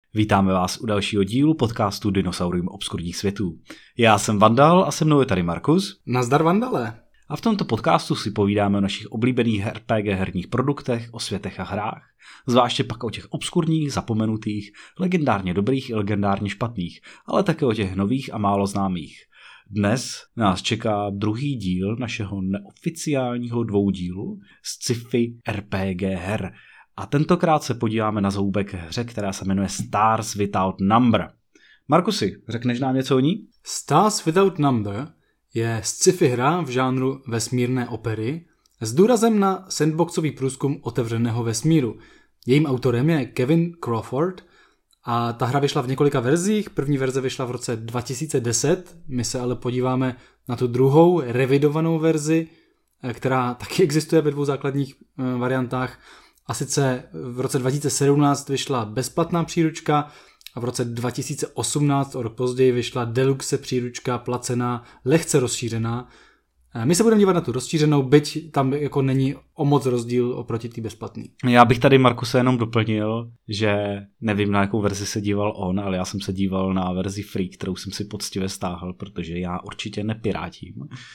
Vítáme vás u dalšího dílu podcastu Dinosaurium obskurních světů. Já jsem Vandal a se mnou je tady Markus. Nazdar Vandale. A v tomto podcastu si povídáme o našich oblíbených RPG herních produktech, o světech a hrách, zvláště pak o těch obskurních, zapomenutých, legendárně dobrých i legendárně špatných, ale také o těch nových a málo známých. Dnes nás čeká druhý díl našeho neoficiálního dvoudílu z sci-fi RPG her. A tentokrát se podíváme na zoubek hře, která se jmenuje Stars Without Number. Markusi, řekneš nám něco o ní? Stars Without Number je sci-fi hra v žánru vesmírné opery s důrazem na sandboxový průzkum otevřeného vesmíru. Jejím autorem je Kevin Crawford a ta hra vyšla v několika verzích. První verze vyšla v roce 2010, my se ale podíváme na tu druhou revidovanou verzi, která taky existuje ve dvou základních variantách. A sice v roce 2017 vyšla bezplatná příručka a v roce 2018, o rok později, vyšla deluxe příručka placená, lehce rozšířená. My se budeme dívat na tu rozšířenou, byť tam jako není o moc rozdíl oproti té bezplatné. Já bych tady Markuse jenom doplnil, že nevím, na jakou verzi se díval on, ale já jsem se díval na verzi free, kterou jsem si poctivě stáhl, protože já určitě nepirátím.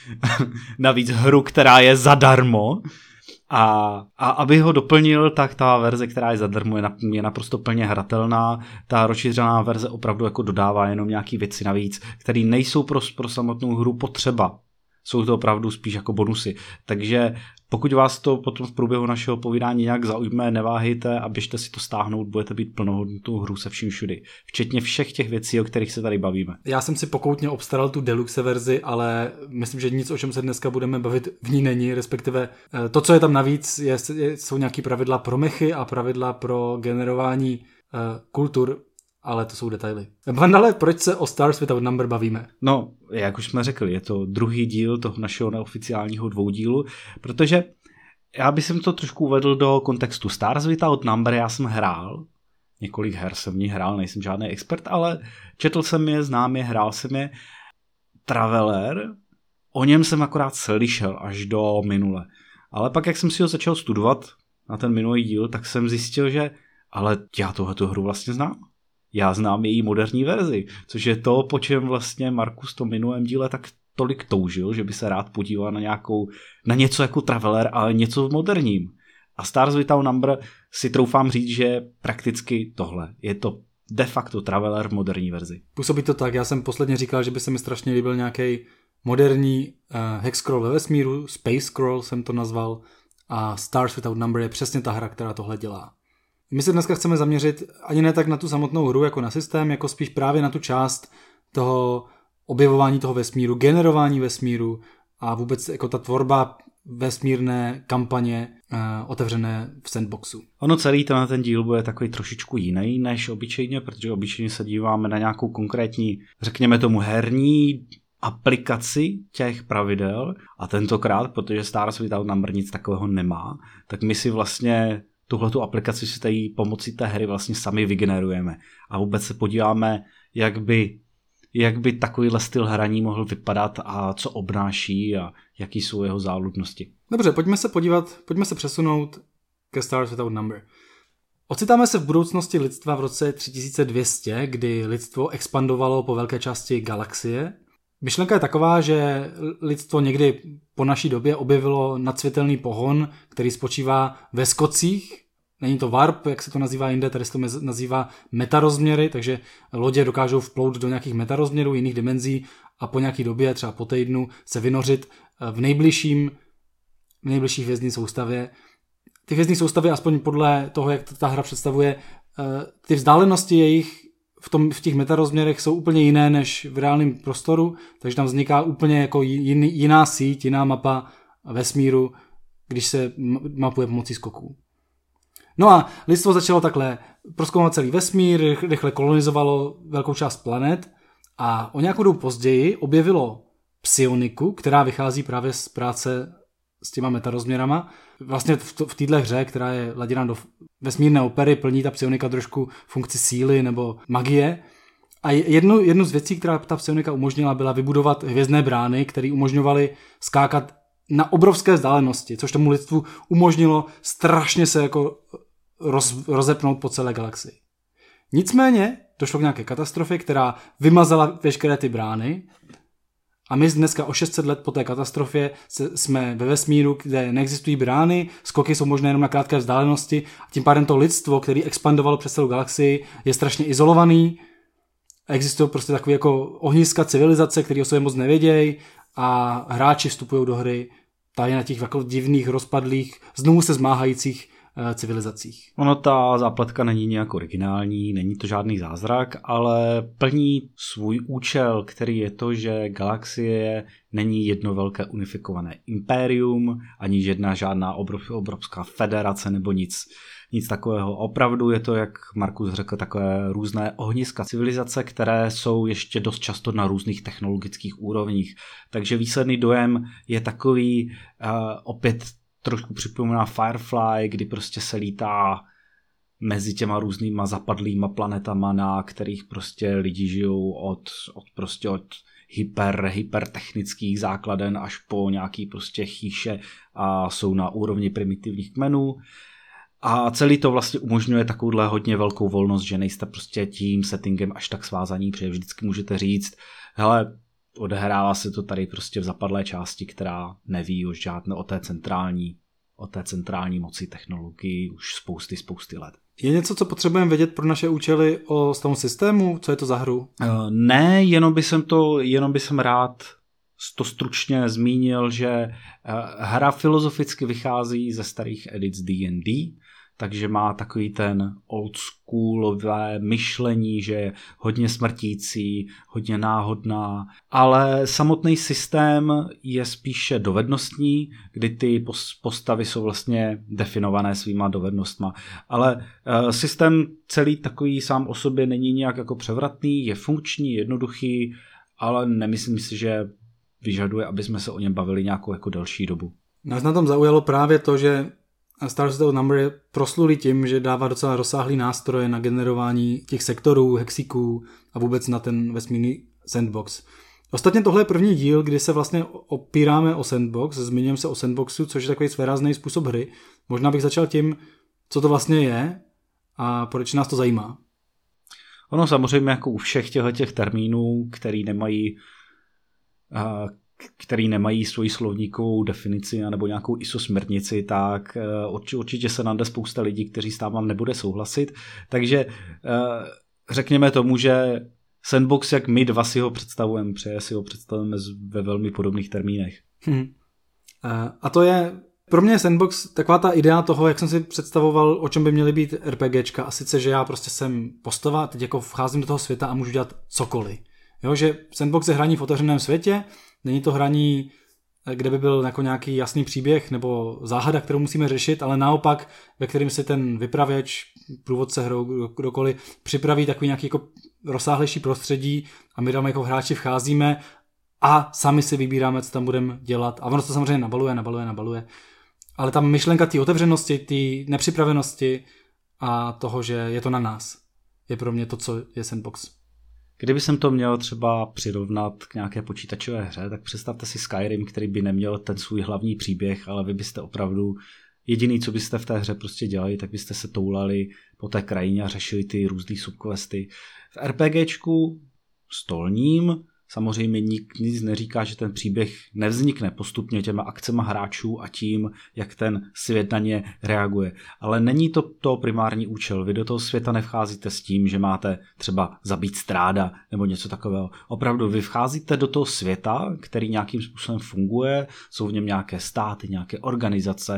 Navíc hru, která je zadarmo. A aby ho doplnil, tak ta verze, která je zadarmo, je naprosto plně hratelná. Ta rozšířená verze opravdu jako dodává jenom nějaký věci navíc, které nejsou pro samotnou hru potřeba. Jsou to opravdu spíš jako bonusy. Takže pokud vás to potom v průběhu našeho povídání nějak zaujme, neváhejte a běžte si to stáhnout, budete být plnohodnotnou hru se vším všudy. Včetně všech těch věcí, o kterých se tady bavíme. Já jsem si pokoutně obstaral tu deluxe verzi, ale myslím, že nic, o čem se dneska budeme bavit, v ní není, respektive to, co je tam navíc, jsou nějaký pravidla pro mechy a pravidla pro generování kultur, ale to jsou detaily. Vandale, proč se o Stars Without Number bavíme? No, jak už jsme řekli, je to druhý díl toho našeho neoficiálního dvoudílu, protože já bych to trošku uvedl do kontextu. Stars Without Number já jsem hrál, několik her jsem v ní hrál, nejsem žádný expert, ale četl jsem je, znám je, hrál jsem je. Traveler, o něm jsem akorát slyšel až do minule. Ale pak, jak jsem si ho začal studovat na ten minulý díl, tak jsem zjistil, že ale já tuhletu hru vlastně znám. Já znám její moderní verzi, což je to, po čem vlastně Markus v tom minulém díle tak tolik toužil, že by se rád podíval na něco jako Traveler, ale něco v moderním. A Stars Without Number si troufám říct, že prakticky tohle. Je to de facto Traveler v moderní verzi. Působí to tak, já jsem posledně říkal, že by se mi strašně líbil nějaký moderní hexcrawl ve vesmíru, Space Scroll jsem to nazval, a Stars Without Number je přesně ta hra, která tohle dělá. My se dneska chceme zaměřit ani ne tak na tu samotnou hru jako na systém, jako spíš právě na tu část toho objevování toho vesmíru, generování vesmíru a vůbec jako ta tvorba vesmírné kampaně otevřené v sandboxu. Ono celý ten díl bude takový trošičku jiný než obyčejně, protože obyčejně se díváme na nějakou konkrétní, řekněme tomu, herní aplikaci těch pravidel a tentokrát, protože Stars Without Number nic takového nemá, tak my si vlastně tuhletu aplikaci si tady pomocí té hry vlastně sami vygenerujeme. A vůbec se podíváme, jak by takovýhle styl hraní mohl vypadat a co obnáší a jaký jsou jeho záludnosti. Dobře, pojďme se přesunout ke Stars Without Number. Ocitáme se v budoucnosti lidstva v roce 3200, kdy lidstvo expandovalo po velké části galaxie. Myšlenka je taková, že lidstvo někdy po naší době objevilo nacvětelný pohon, který spočívá ve skocích. Není to warp, jak se to nazývá jinde, tady se to nazývá metarozměry, takže lodě dokážou vplout do nějakých metarozměrů, jiných dimenzí a po nějaký době, třeba po týdnu, se vynořit v nejbližší hvězdní soustavě. Ty hvězdní soustavy, aspoň podle toho, jak ta hra představuje, ty vzdálenosti jejich v těch metarozměrech jsou úplně jiné než v reálném prostoru, takže tam vzniká úplně jako jiná síť, jiná mapa vesmíru, když se mapuje pomocí skoků. No a lidstvo začalo takhle prozkoumat celý vesmír, rychle kolonizovalo velkou část planet a o nějakou dobu později objevilo psioniku, která vychází právě z práce s těma metarozměrama. Vlastně v této hře, která je laděna do vesmírné opery, plní ta psionika trošku funkci síly nebo magie. A jednu z věcí, která ta psionika umožnila, byla vybudovat hvězdné brány, které umožňovaly skákat na obrovské vzdálenosti, což tomu lidstvu umožnilo strašně se jako rozepnout po celé galaxii. Nicméně došlo k nějaké katastrofě, která vymazala veškeré ty brány a my dneska o 600 let po té katastrofě jsme ve vesmíru, kde neexistují brány, skoky jsou možné jenom na krátké vzdálenosti a tím pádem to lidstvo, který expandovalo přes celou galaxii, je strašně izolovaný. Existují prostě takové jako ohniska civilizace, které o sobě moc nevědějí a hráči vstupují do hry tady na těch jako divných, rozpadlých, znovu se zmáhajících civilizacích. Ono ta zápletka není nějak originální, není to žádný zázrak, ale plní svůj účel, který je to, že galaxie není jedno velké unifikované impérium, ani žádná obrovská federace nebo nic takového. Opravdu je to, jak Markus řekl, takové různé ohniska civilizace, které jsou ještě dost často na různých technologických úrovních. Takže výsledný dojem je takový opět trošku připomíná Firefly, kdy prostě se lítá mezi těma různýma zapadlýma planetama, na kterých prostě lidi žijou od hypertechnických základen až po nějaký prostě chýše a jsou na úrovni primitivních kmenů. A celý to vlastně umožňuje takovouhle hodně velkou volnost, že nejste prostě tím settingem až tak svázaní, protože vždycky můžete říct, hele, odehrává se to tady prostě v zapadlé části, která neví už žádné o té centrální moci technologii už spousty let. Je něco, co potřebujeme vědět pro naše účely o tom systému? Co je to za hru? Ne, jenom by jsem rád to stručně zmínil, že hra filozoficky vychází ze starých edic D&D, takže má takový ten oldschoolové myšlení, že je hodně smrtící, hodně náhodná, ale samotný systém je spíše dovednostní, kdy ty postavy jsou vlastně definované svýma dovednostma. Ale systém celý takový sám o sobě není nějak jako převratný, je funkční, jednoduchý, ale nemyslím si, že vyžaduje, aby jsme se o něm bavili nějakou jako delší dobu. Nás na tom zaujalo právě to, že Stars Without Number je proslulý tím, že dává docela rozsáhlý nástroje na generování těch sektorů, hexiků a vůbec na ten vesmírný sandbox. Ostatně tohle je první díl, kdy se vlastně opíráme o sandbox, zmiňujeme se o sandboxu, což je takový svérázný způsob hry. Možná bych začal tím, co to vlastně je a proč nás to zajímá. Ono samozřejmě jako u všech těch termínů, který nemají svoji slovníkovou definici nebo nějakou ISO směrnici, tak určitě se najde spousta lidí, kteří s námi nebude souhlasit. Takže řekněme tomu, že sandbox, jak my dva si ho představujeme, si ho představujeme ve velmi podobných termínech. A to je pro mě sandbox taková ta idea toho, jak jsem si představoval, o čem by měly být RPGčka, a sice, že já prostě jsem postava, teď jako vcházím do toho světa a můžu dělat cokoliv. Jo, že sandbox je hraní v otevřeném světě, není to hraní, kde by byl jako nějaký jasný příběh nebo záhada, kterou musíme řešit, ale naopak, ve kterém si ten vypravěč, průvodce hrou, kdokoliv, připraví takový nějaký jako rozsáhlejší prostředí a my tam jako hráči vcházíme a sami si vybíráme, co tam budeme dělat. A ono to samozřejmě nabaluje. Ale ta myšlenka té otevřenosti, té nepřipravenosti a toho, že je to na nás, je pro mě to, co je sandbox. Kdyby jsem to měl třeba přirovnat k nějaké počítačové hře, tak představte si Skyrim, který by neměl ten svůj hlavní příběh, ale vy byste opravdu jediný, co byste v té hře prostě dělali, tak byste se toulali po té krajině a řešili ty různý subquesty. V RPGčku stolním samozřejmě nic neříká, že ten příběh nevznikne postupně těma akcema hráčů a tím, jak ten svět na ně reaguje. Ale není to primární účel. Vy do toho světa nevcházíte s tím, že máte třeba zabít stráda nebo něco takového. Opravdu vy vcházíte do toho světa, který nějakým způsobem funguje, jsou v něm nějaké státy, nějaké organizace,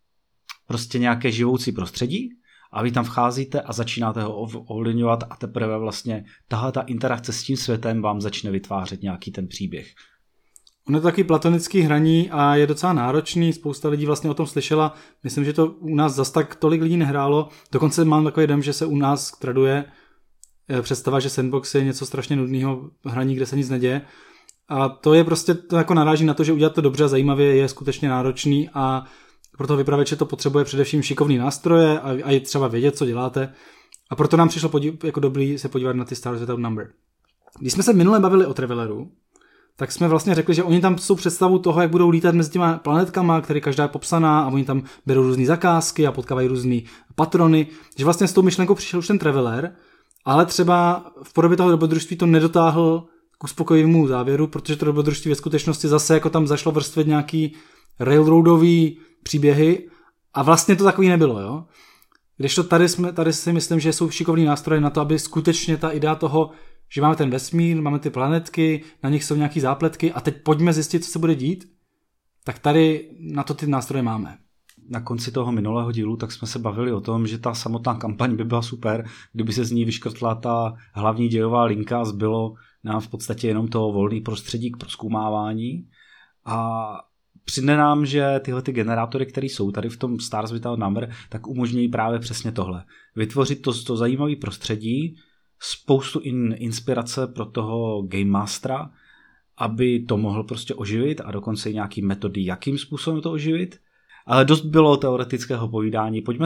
prostě nějaké živoucí prostředí. A vy tam vcházíte a začínáte ho ovlivňovat a teprve vlastně tahle ta interakce s tím světem vám začne vytvářet nějaký ten příběh. On je taky platonický hraní a je docela náročný, spousta lidí vlastně o tom slyšela. Myslím, že to u nás zas tak tolik lidí nehrálo. Dokonce mám takový dojem, že se u nás traduje představa, že sandbox je něco strašně nudného hraní, kde se nic neděje. A to je prostě, to jako naráží na to, že udělat to dobře a zajímavě je skutečně náročný a pro toho vypravěče to potřebuje především šikovný nástroje a je třeba vědět, co děláte. A proto nám přišlo jako dobrý se podívat na ty Stars Without Number. Když jsme se minule bavili o Traveleru, tak jsme vlastně řekli, že oni tam jsou představu toho, jak budou lítat mezi těma planetkama, které každá je popsaná, a oni tam berou různý zakázky a potkávají různý patrony. Že vlastně s tou myšlenkou přišel už ten Traveler, ale třeba v podobě toho dobrodružství to nedotáhl k uspokojivému závěru, protože to dobrodružství ve skutečnosti zase jako tam zašlo vrstvit nějaký railroadový příběhy a vlastně to takový nebylo, jo. Kdežto tady si myslím, že jsou šikovný nástroje na to, aby skutečně ta idea toho, že máme ten vesmír, máme ty planetky, na nich jsou nějaký zápletky a teď pojďme zjistit, co se bude dít, tak tady na to ty nástroje máme. Na konci toho minulého dílu tak jsme se bavili o tom, že ta samotná kampaň by byla super, kdyby se z ní vyškrtla ta hlavní dějová linka a zbylo nám v podstatě jenom to volný prostředí k prozkoumávání. A přijde nám, že tyhle ty generátory, které jsou tady v tom Stars Without Number, tak umožňují právě přesně tohle. Vytvořit to zajímavé prostředí, spoustu inspirace pro toho Game Mastera, aby to mohl prostě oživit a dokonce i nějaký metody, jakým způsobem to oživit. Ale dost bylo teoretického povídání. Pojďme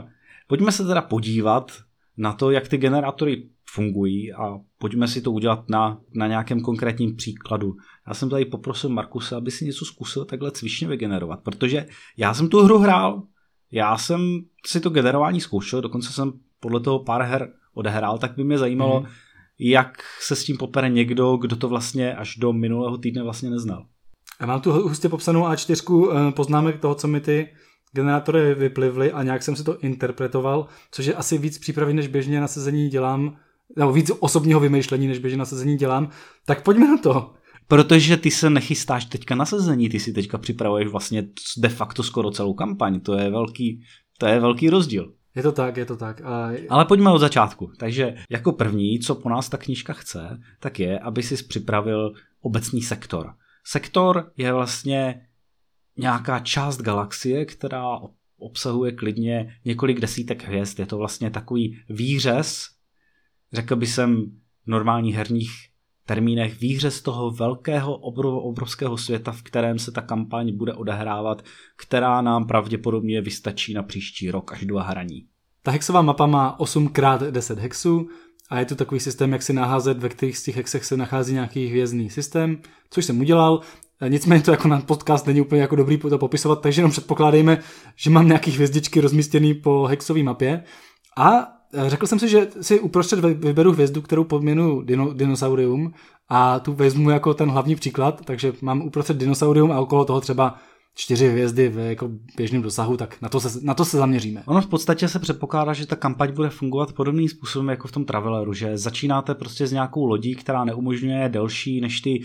se teda podívat na to, jak ty generátory fungují a pojďme si to udělat na nějakém konkrétním příkladu. Já jsem tady poprosil Markuse, aby si něco zkusil takhle cvičně vygenerovat, protože já jsem tu hru hrál, já jsem si to generování zkoušel, dokonce jsem podle toho pár her odehrál, tak by mě zajímalo, jak se s tím popere někdo, kdo to vlastně až do minulého týdne vlastně neznal. Já mám tu hustě popsanou A4 poznámek toho, co mi ty generátory vyplivly a nějak jsem si to interpretoval, což je asi víc přípravy, než běžně na sezení dělám, nebo víc osobního vymýšlení, než běžně na sezení dělám. Tak pojďme na to. Protože ty se nechystáš teďka na sezení, ty si teďka připravuješ vlastně de facto skoro celou kampaň, to je velký rozdíl. Je to tak. Ale pojďme od začátku. Takže jako první, co po nás ta knížka chce, tak je, aby si připravil obecný sektor. Sektor je vlastně nějaká část galaxie, která obsahuje klidně několik desítek hvězd. Je to vlastně takový výřez, řekl bych jsem v normálních herních termínech, výřez toho velkého, obrovského světa, v kterém se ta kampaň bude odehrávat, která nám pravděpodobně vystačí na příští rok až 2 hraní. Ta hexová mapa má 8x10 hexů a je to takový systém, jak si naházet, ve kterých z těch hexech se nachází nějaký hvězdný systém, což jsem udělal. Nicméně to jako na podcast není úplně jako dobrý to popisovat, takže jenom předpokládejme, že mám nějaký hvězdičky rozmístěný po hexové mapě a řekl jsem si, že si uprostřed vyberu hvězdu, kterou pojmenuji dinosaurium a tu vezmu jako ten hlavní příklad, takže mám uprostřed dinosaurium a okolo toho třeba 4 hvězdy v jako běžném dosahu, tak na to se zaměříme. Ono v podstatě se předpokládá, že ta kampaň bude fungovat podobným způsobem jako v tom Traveleru, že začínáte prostě s nějakou lodí, která neumožňuje delší než ty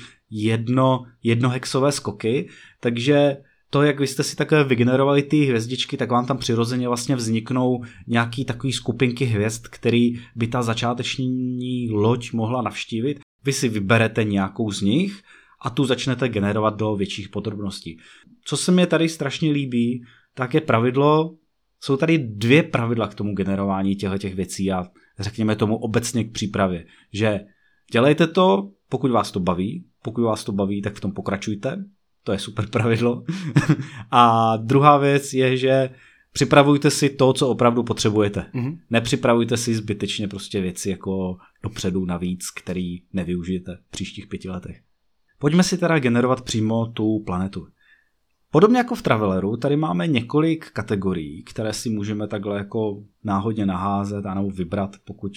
jednohexové skoky, takže to, jak vy jste si takhle vygenerovali ty hvězdičky, tak vám tam přirozeně vlastně vzniknou nějaký takový skupinky hvězd, který by ta začáteční loď mohla navštívit. Vy si vyberete nějakou z nich a tu začnete generovat do větších podrobností. Co se mi tady strašně líbí, tak je jsou tady 2 pravidla k tomu generování těch věcí a řekněme tomu obecně k přípravě, že dělejte to, pokud vás to baví, tak v tom pokračujte. To je super pravidlo. A druhá věc je, že připravujte si to, co opravdu potřebujete. Nepřipravujte si zbytečně prostě věci jako dopředu navíc, který nevyužijete v příštích 5 letech. Pojďme si teda generovat přímo tu planetu. Podobně jako v Traveleru, tady máme několik kategorií, které si můžeme takhle jako náhodně naházet a nebo vybrat,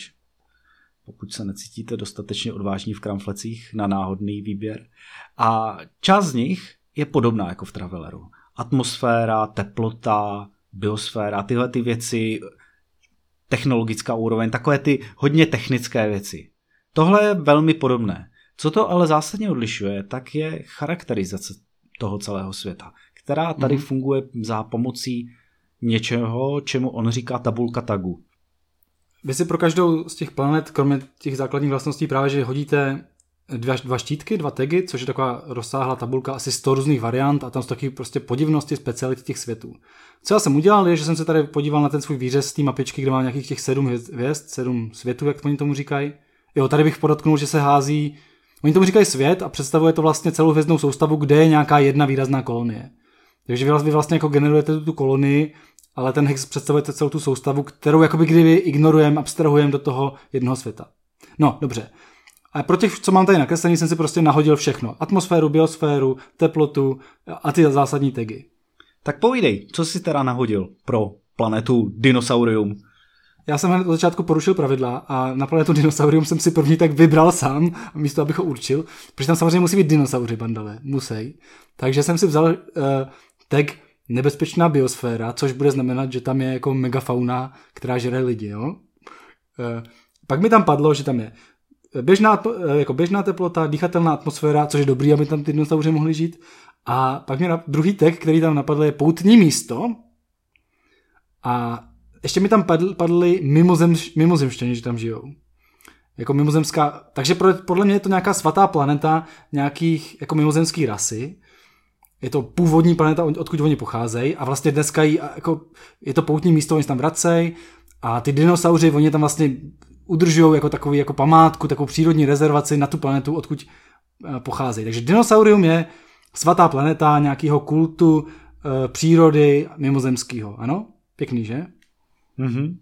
pokud se necítíte dostatečně odvážní v kramflecích na náhodný výběr. A část z nich je podobná jako v Traveleru. Atmosféra, teplota, biosféra, tyhle ty věci, technologická úroveň, takové ty hodně technické věci. Tohle je velmi podobné. Co to ale zásadně odlišuje, tak je charakterizace toho celého světa, která tady funguje za pomocí něčeho, čemu on říká tabulka tagů. Vy si pro každou z těch planet, kromě těch základních vlastností, právě že hodíte 2 štítky, 2 tagy, což je taková rozsáhlá tabulka, asi 100 různých variant a tam jsou taky prostě podivnosti, speciality těch světů. Co já jsem udělal, je, že jsem se tady podíval na ten svůj výřez z té mapičky, kde má nějakých těch 7 hvězd, 7 světů, jak oni tomu říkají. Jo, tady bych podotknul, že se hází, oni tomu říkají svět a představuje to vlastně celou hvězdnou soustavu, kde je nějaká jedna výrazná kolonie. Takže vy vlastně jako generujete tu kolonii, ale ten hex představuje celou tu soustavu, kterou jakoby kdyby ignorujeme, abstrahujeme do toho jednoho světa. No, dobře. A pro těch, co mám tady nakreslený, jsem si prostě nahodil všechno. Atmosféru, biosféru, teplotu a ty zásadní tagy. Tak povídej, co jsi teda nahodil pro planetu Dinosaurium? já jsem hned od začátku porušil pravidla a na planetu dinosaurium jsem si první tak vybral sám, místo abych ho určil, protože tam samozřejmě musí být dinosauři, bandale, musí. Takže jsem si vzal tag nebezpečná biosféra, což bude znamenat, že tam je jako megafauna, která žere lidi, jo. Pak mi tam padlo, že tam je běžná teplota, dýchatelná atmosféra, což je dobrý, aby tam ty dinosauři mohli žít. A pak mě druhý tag, který tam napadl, je poutní místo. A ještě mi tam padly mimozemštěni, že tam žijou. Jako mimozemská, takže podle mě je to nějaká svatá planeta nějakých jako mimozemských rasy. Je to původní planeta, odkud oni pocházejí a vlastně dneska jako, je to poutní místo, oni se tam vracejí a ty dinosauři, oni tam vlastně udržují jako takový jako památku, takovou přírodní rezervaci na tu planetu, odkud pocházejí. Takže dinosaurium je svatá planeta nějakého kultu přírody mimozemského. Ano? Pěkný, že? Mm-hmm.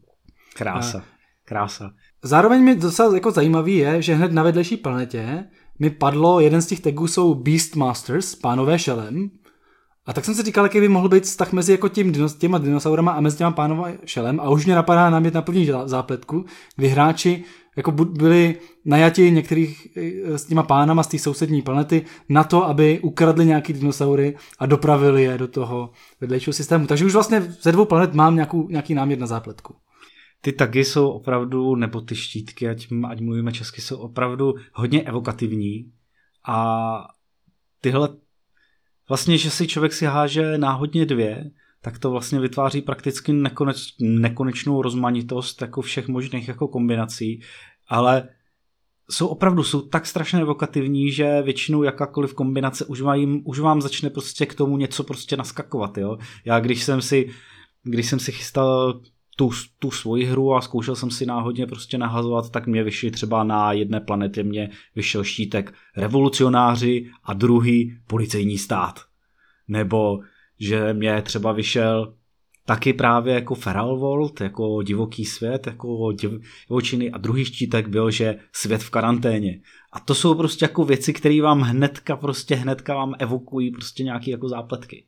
Krása. Zároveň mi docela jako zajímavý je, že hned na vedlejší planetě mi padlo, jeden z těch tagů jsou Beastmasters, pánové šelem. A tak jsem si říkal, jaký by mohl být vztah mezi jako těma dinosaurama a mezi těma pánové šelem. A už mě napadá námět na první zápletku, kdy hráči jako byli najati některých s těma pánama z té sousední planety na to, aby ukradli nějaký dinosaury a dopravili je do toho vedlejšího systému. Takže už vlastně ze 2 planet mám nějaký námět na zápletku. Ty tagy jsou opravdu, nebo ty štítky, ať mluvíme česky, jsou opravdu hodně evokativní a tyhle vlastně, že si člověk si háže náhodně 2, tak to vlastně vytváří prakticky nekonečnou rozmanitost jako všech možných jako kombinací, ale jsou tak strašně evokativní, že většinou jakákoliv kombinace už vám začne prostě k tomu něco prostě naskakovat, jo. Já když jsem si chystal tu svoji hru a zkoušel jsem si náhodně prostě nahazovat, tak mě vyšly třeba na jedné planetě mě vyšel štítek revolucionáři a druhý policejní stát. Nebo že mě třeba vyšel taky právě jako Feral World, jako divoký svět, jako divočiny a druhý štítek byl, že svět v karanténě. A to jsou prostě jako věci, které vám hnedka vám evokují prostě nějaké jako zápletky.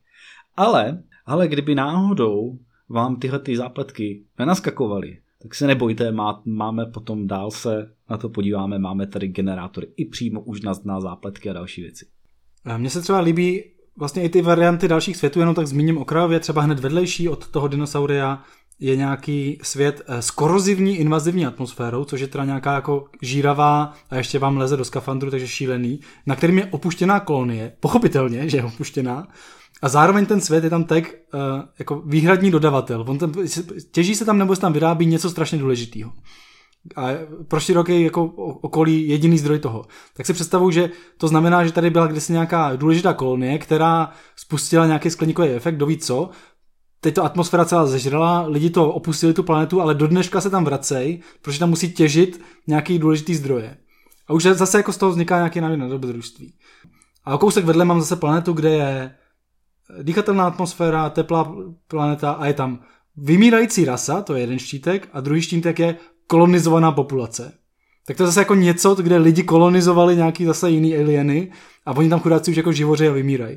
Ale kdyby náhodou vám tyhle ty zápletky nenaskakovaly, tak se nebojte, máme potom dál se na to podíváme, máme tady generátory i přímo už na zápletky a další věci. Mně se třeba líbí vlastně i ty varianty dalších světů, jenom tak zmíním okrajově, třeba hned vedlejší od toho dinosauria je nějaký svět s korozivní invazivní atmosférou, což je teda nějaká jako žíravá a ještě vám leze do skafandru, takže šílený, na kterým je opuštěná kolonie, pochopitelně, že je opuštěná, a zároveň ten svět je tam tag jako výhradní dodavatel. Těží se tam nebo se tam vyrábí něco strašně důležitého. A pro široký jako okolí jediný zdroj toho. Tak si představuju, že to znamená, že tady byla kdysi nějaká důležitá kolonie, která spustila nějaký skleníkový efekt, kdo ví co. Teď to atmosféra celá zežrala, lidi to opustili tu planetu, ale do dneška se tam vracejí, protože tam musí těžit nějaký důležitý zdroje. A už zase jako z toho vzniká nějaký návěd na dobrodružství. A o kousek vedle mám zase planetu, kde je dýchatelná atmosféra, teplá planeta a je tam vymírající rasa, to je jeden štítek, a druhý štítek je kolonizovaná populace. Tak to je zase jako něco, kde lidi kolonizovali nějaký zase jiný alieny a oni tam chudáci už jako živoří a vymírají.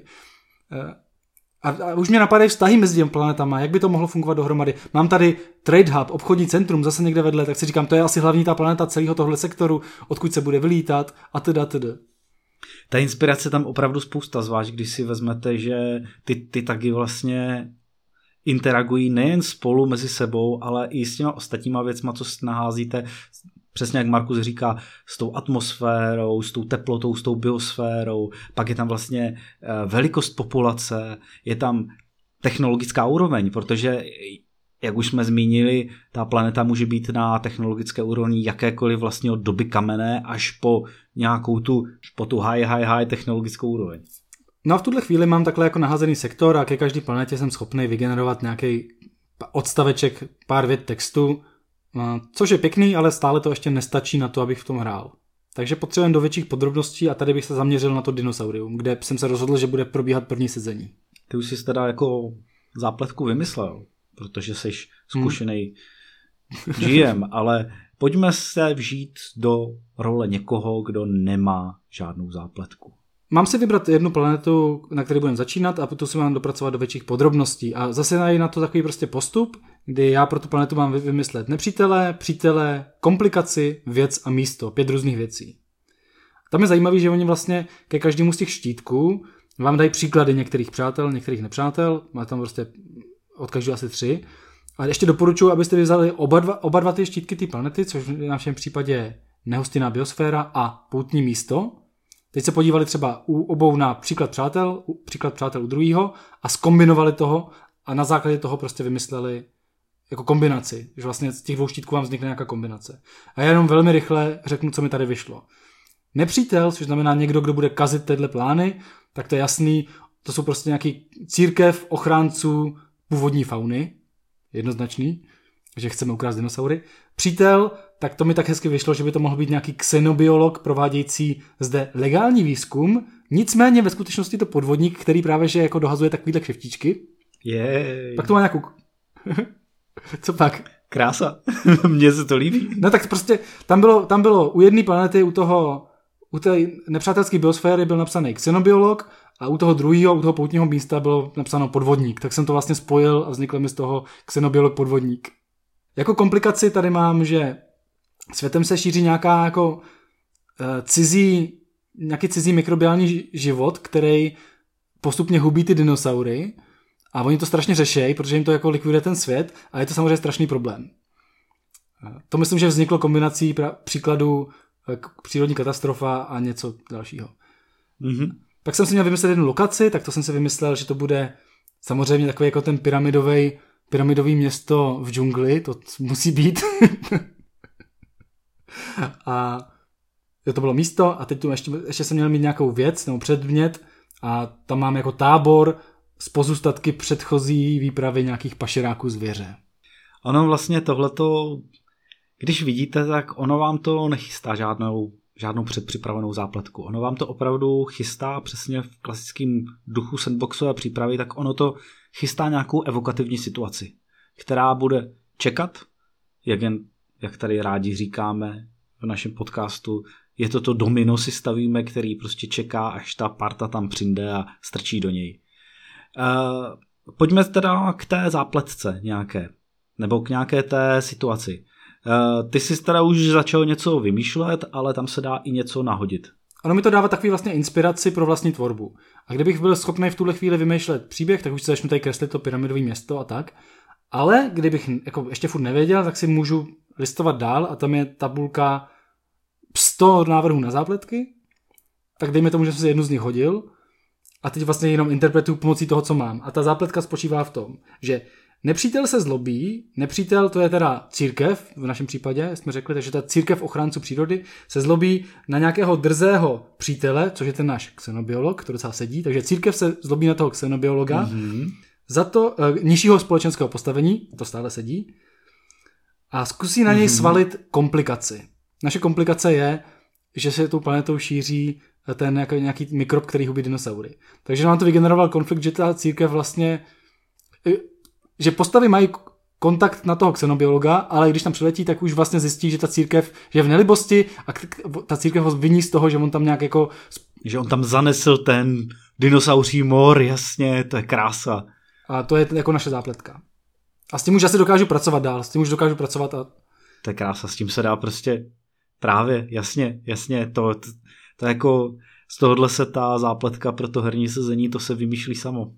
A už mě napadají vztahy mezi těmi planetama, jak by to mohlo fungovat dohromady. Mám tady Trade Hub, obchodní centrum, zase někde vedle, tak si říkám, to je asi hlavní ta planeta celého tohle sektoru, odkud se bude vylítat a teda. Ta inspirace tam opravdu spousta, zvlášť když si vezmete, že ty tagy vlastně interagují nejen spolu mezi sebou, ale i s těma ostatníma věcma, co naházíte, přesně jak Markus říká, s tou atmosférou, s tou teplotou, s tou biosférou, pak je tam vlastně velikost populace, je tam technologická úroveň, protože jak už jsme zmínili, ta planeta může být na technologické úrovni jakékoliv vlastně od doby kamenné až po nějakou tu high technologickou úroveň. No a v tuhle chvíli mám takhle jako naházený sektor a ke každé planetě jsem schopný vygenerovat nějaký odstaveček, pár vět textu, což je pěkný, ale stále to ještě nestačí na to, abych v tom hrál. Takže potřebujeme do větších podrobností a tady bych se zaměřil na to dinosaurium, kde jsem se rozhodl, že bude probíhat první sezení. Ty už jsi teda jako zápletku vymyslel, protože jsi zkušený GM, ale pojďme se vžít do role někoho, kdo nemá žádnou zápletku. Mám si vybrat jednu planetu, na které budeme začínat a potom si mám dopracovat do větších podrobností. A zase najít na to takový prostě postup, kdy já pro tu planetu mám vymyslet nepřítele, přítele, komplikaci, věc a místo. 5 různých věcí. Tam je zajímavý, že oni vlastně ke každému z těch štítků vám dají příklady některých přátel, některých nepřátel. Má tam prostě od každého asi 3. A ještě doporučuji, abyste vzali oba dva ty štítky ty planety, což v našem případě je nehostinná biosféra a poutní místo. Teď se podívali třeba u obou na příklad přátel u druhého a zkombinovali toho a na základě toho prostě vymysleli jako kombinaci, že vlastně z těch 2 štítků vám vznikne nějaká kombinace. A já jenom velmi rychle řeknu, co mi tady vyšlo. Nepřítel, což znamená někdo, kdo bude kazit tyhle plány, tak to je jasný, to jsou prostě nějaký církev ochránců původní fauny, jednoznačný, že chceme ukrást dinosaury. Přítel, tak to mi tak hezky vyšlo, že by to mohl být nějaký xenobiolog provádějící zde legální výzkum, nicméně ve skutečnosti to podvodník, který právě že jako dohazuje takovýhle křivtičky. Pak to má nějakou... Co pak? Krása. Mně se to líbí. No tak prostě tam bylo u jedné planety, u té nepřátelské biosféry byl napsaný xenobiolog a u toho druhého, u toho poutního místa bylo napsáno podvodník. Tak jsem to vlastně spojil a vznikl mi z toho xenobiolog podvodník. Jako komplikaci tady mám, že světem se šíří nějaká jako nějaký cizí mikrobiální život, který postupně hubí ty dinosaury a oni to strašně řešejí, protože jim to jako likviduje ten svět a je to samozřejmě strašný problém. To myslím, že vzniklo kombinací příkladu přírodní katastrofa a něco dalšího. Mm-hmm. Pak jsem si měl vymyslet jednu lokaci, tak to jsem si vymyslel, že to bude samozřejmě takový jako ten pyramidový město v džungli, to musí být. A to bylo místo a teď tu ještě jsem měl mít nějakou věc nebo předmět a tam mám jako tábor z pozůstatky předchozí výpravy nějakých pašeráků zvěře. Ono vlastně tohleto, když vidíte, tak ono vám to nechystá žádnou předpřipravenou zápletku. Ono vám to opravdu chystá přesně v klasickém duchu sandboxové přípravy, tak ono to chystá nějakou evokativní situaci, která bude čekat, jak tady rádi říkáme v našem podcastu, je to domino si stavíme, který prostě čeká, až ta parta tam přijde a strčí do něj. Pojďme teda k té zápletce nějaké, nebo k nějaké té situaci. Ty jsi teda už začal něco vymýšlet, ale tam se dá i něco nahodit. Ono mi to dává takový vlastně inspiraci pro vlastní tvorbu. A kdybych byl schopný v tuhle chvíli vymýšlet příběh, tak už se začnu tady kreslit to pyramidové město a tak. Ale kdybych jako ještě furt nevěděl, tak si můžu listovat dál a tam je tabulka 100 návrhů na zápletky. Tak dejme tomu, že jsem si jednu z nich hodil a teď vlastně jenom interpretuju pomocí toho, co mám. A ta zápletka spočívá v tom, že nepřítel se zlobí, nepřítel to je teda církev, v našem případě jsme řekli, takže ta církev ochránců přírody se zlobí na nějakého drzého přítele, což je ten náš xenobiolog, který docela sedí, takže církev se zlobí na toho xenobiologa, za to nižšího společenského postavení, to stále sedí, a zkusí na něj svalit komplikaci. Naše komplikace je, že se tou planetou šíří ten nějaký mikrob, který hubí dinosaury. Takže nám to vygeneroval konflikt, že ta církev vlastně, že postavy mají kontakt na toho xenobiologa, ale když tam přiletí, tak už vlastně zjistí, že ta církev je v nelibosti a ta církev ho viní z toho, že on tam nějak jako... Že on tam zanesl ten dinosauří mor, jasně, to je krása. A to je jako naše zápletka. A s tím už asi dokážu pracovat dál, a... To je krása, s tím se dá prostě právě, jasně, to jako z tohohle se ta zápletka pro to herní sezení, to se vymýšlí samo.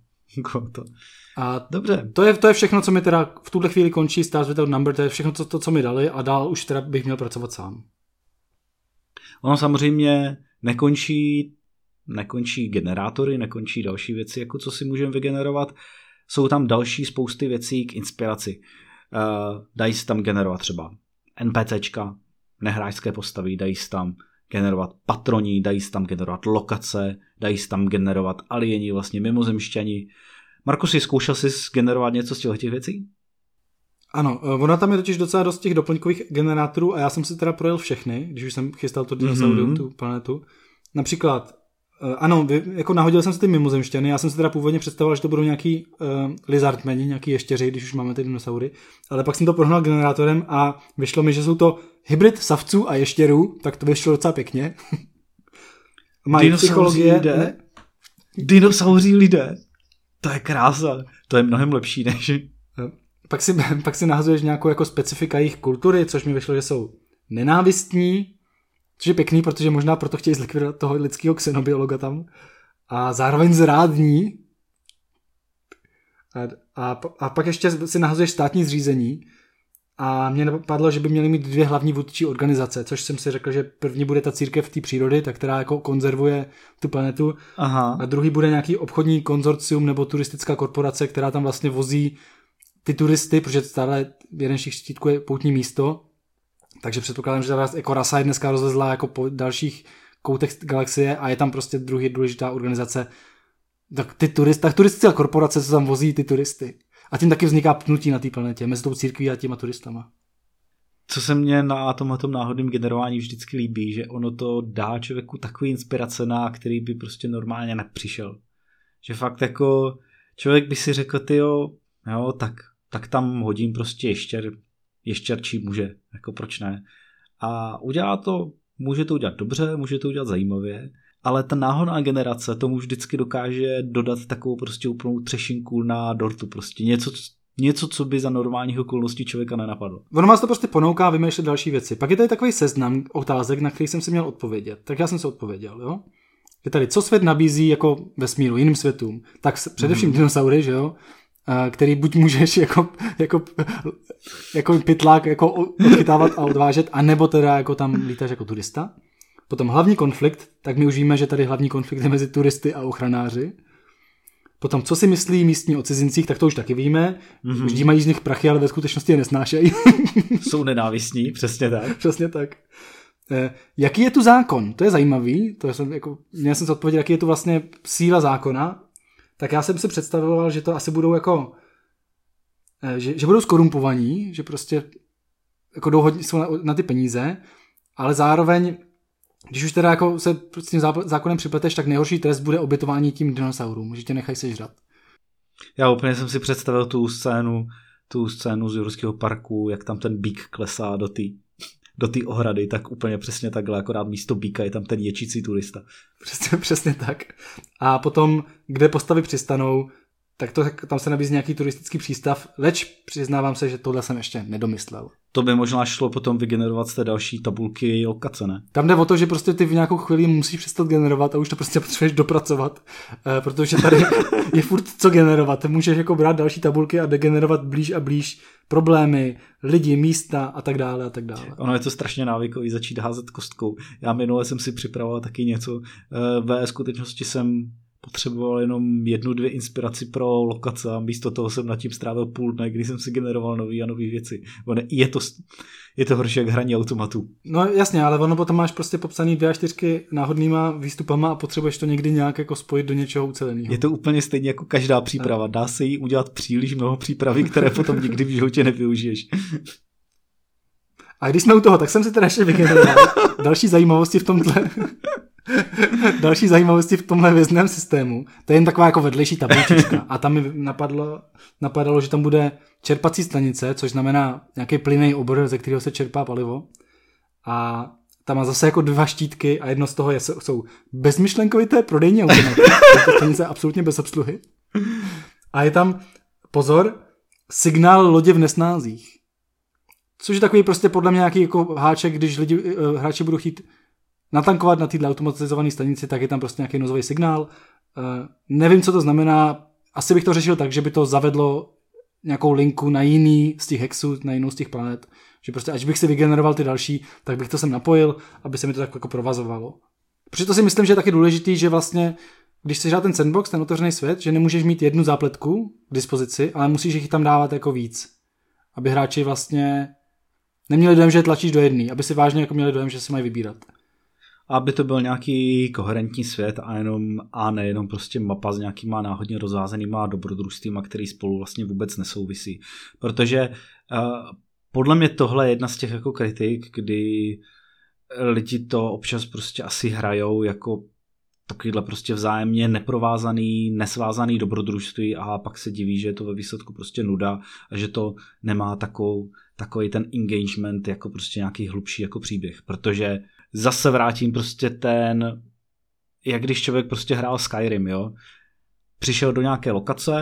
A dobře. To je všechno, co mi teda v tuhle chvíli končí Stars Without Number, to je všechno, co mi dali a dál už teda bych měl pracovat sám. Ono samozřejmě nekončí generátory, nekončí další věci, jako co si můžeme vygenerovat. Jsou tam další spousty věcí k inspiraci. Dají se tam generovat třeba NPCčka, nehráčské postavy, dají se tam generovat patroni, dají se tam generovat lokace, dají se tam generovat alieni, vlastně mimozemšťani. Markusi, zkoušel jsi generovat něco z těch věcí? Ano, ona tam je totiž docela dost těch doplňkových generátorů a já jsem si teda projel všechny, když už jsem chystal to dinosaurium, tu planetu. Například, ano, jako nahodil jsem si ty mimozemšťany, já jsem si teda původně představoval, že to budou nějaký lizardmeni, nějaký ještěři, když už máme ty dinosaury, ale pak jsem to prohnal generátorem a vyšlo mi, že jsou to hybrid savců a ještěrů, tak to vyšlo docela pěkně. Mají psychologie. Dinosauří lidé. To je krása. To je mnohem lepší než... pak si nahazuješ nějakou jako specifika jejich kultury, což mi vyšlo, že jsou nenávistní, což je pěkný, protože možná proto chtějí zlikvidovat toho lidského xenobiologa tam. A zároveň zrádní. A pak ještě si nahazuješ státní zřízení. A mně napadlo, že by měli mít 2 hlavní vůdčí organizace, což jsem si řekl, že první bude ta církev té přírody, ta, která jako konzervuje tu planetu. Aha. A druhý bude nějaký obchodní konzorcium nebo turistická korporace, která tam vlastně vozí ty turisty, protože stále jeden z těch štítků je poutní místo. Takže předpokládám, že ta jako rasa je dneska rozvezlá jako po dalších koutech galaxie a je tam prostě druhý důležitá organizace. Tak turistická korporace, co tam vozí ty turisty. A tím taky vzniká pnutí na té planetě mezi tou církví a těma turistama. Co se mně na tomhletom náhodným generování vždycky líbí, že ono to dá člověku takový inspirace, na který by prostě normálně nepřišel. Že fakt jako člověk by si řekl, jo, tak tam hodím prostě ještěrčí muže, jako proč ne. A může to udělat dobře, může to udělat zajímavě, ale ta náhodná generace tomu vždycky dokáže dodat takovou prostě úplnou třešinku na dortu, prostě něco, co by za normálních okolností člověka nenapadlo. Ono vás to prostě ponouká vymýšlet další věci. Pak je tady takový seznam otázek, na který jsem si měl odpovědět. Tak já jsem se odpověděl, jo. Je tady, co svět nabízí jako vesmíru, jiným světům. Tak především dinosaury, že jo, který buď můžeš jako pytlák jako odchytávat a odvážet, anebo teda jako tam lítáš jako turista. Potom hlavní konflikt, tak my už víme, že tady hlavní konflikt je mezi turisty a ochranáři. Potom, co si myslí místní o cizincích, tak to už taky víme. Vždy mají z nich prachy, ale ve skutečnosti je nesnášejí. Jsou nenávistní, přesně tak. Přesně tak. Jaký je tu zákon? To je zajímavý. Měl jsem se odpovědět, jaký je tu vlastně síla zákona. Tak já jsem si představoval, že to asi budou jako že budou skorumpovaní, že prostě jako jdou hodně na ty peníze, ale zároveň když už teda jako se s tím zákonem připleteš, tak nejhorší trest bude obětování tím dinosaurům, že tě nechají sežrat. Já úplně jsem si představil tu scénu z Jurského parku, jak tam ten býk klesá do té ohrady, tak úplně přesně takhle, akorát místo býka je tam ten ječící turista. Přesně tak. A potom, kde postavy přistanou, tak tam se nabízí nějaký turistický přístav, leč přiznávám se, že tohle jsem ještě nedomyslel. To by možná šlo potom vygenerovat z té další tabulky lokace, ne? Tam jde o to, že prostě ty v nějakou chvíli musíš přestat generovat a už to prostě potřebuješ dopracovat, protože tady je furt co generovat. Můžeš jako brát další tabulky a degenerovat blíž a blíž problémy, lidi, místa a tak dále a tak dále. Ono je to strašně návykový začít házet kostkou. Já minule jsem si připravoval taky něco. Ve skutečnosti jsem potřeboval jenom 1-2 inspiraci pro lokace a místo toho jsem nad tím strávil půl dne, kdy jsem si generoval nový věci. Je to horší jak hraní automatu. No jasně, ale ono potom máš prostě popsaný 2 až 4 náhodnýma výstupama a potřebuješ to někdy nějak jako spojit do něčeho uceleného. Je to úplně stejně jako každá příprava. Dá se jí udělat příliš mnoho přípravy, které potom nikdy v životě nevyužiješ. A když jsme u toho, tak jsem si teda ještě vygeneroval další zajímavosti v tomhle hvězdném systému. To je jen taková jako vedlejší tabulčička. A tam mi napadalo, že tam bude čerpací stanice, což znamená nějaký plynný obor, ze kterého se čerpá palivo. A tam má zase jako 2 štítky a jedno z toho jsou bezmyšlenkovité prodejní automaty. To stanice je absolutně bez obsluhy. A je tam, pozor, signál lodě v nesnázích. Což je takový prostě podle mě nějaký jako háček, když hráči budou chtít natankovat na této automatizované stanici, tak je tam prostě nějaký nozový signál. Nevím, co to znamená. Asi bych to řešil tak, že by to zavedlo nějakou linku na jiný z těch hexů, na jinou z těch planet. Že prostě, až bych si vygeneroval ty další, tak bych to sem napojil, aby se mi to tak jako provazovalo. Protože to si myslím, že je taky důležitý, že vlastně, když chceš hrát ten sandbox, ten otevřený svět, že nemůžeš mít jednu zápletku k dispozici, ale musíš jich tam dávat jako víc. Aby hráči vlastně neměli dojem, že je tlačíš do jedné, aby si vážně jako měli dojem, že si mají vybírat. Aby to byl nějaký koherentní svět a nejenom prostě mapa s nějakýma náhodně rozházenýma dobrodružstvíma, který spolu vlastně vůbec nesouvisí. Protože podle mě tohle je jedna z těch jako kritik, kdy lidi to občas prostě asi hrajou jako takovýhle prostě vzájemně neprovázaný, nesvázaný dobrodružství a pak se diví, že je to ve výsledku prostě nuda a že to nemá takový ten engagement jako prostě nějaký hlubší jako příběh, protože zase vrátím prostě jak když člověk prostě hrál Skyrim, jo, přišel do nějaké lokace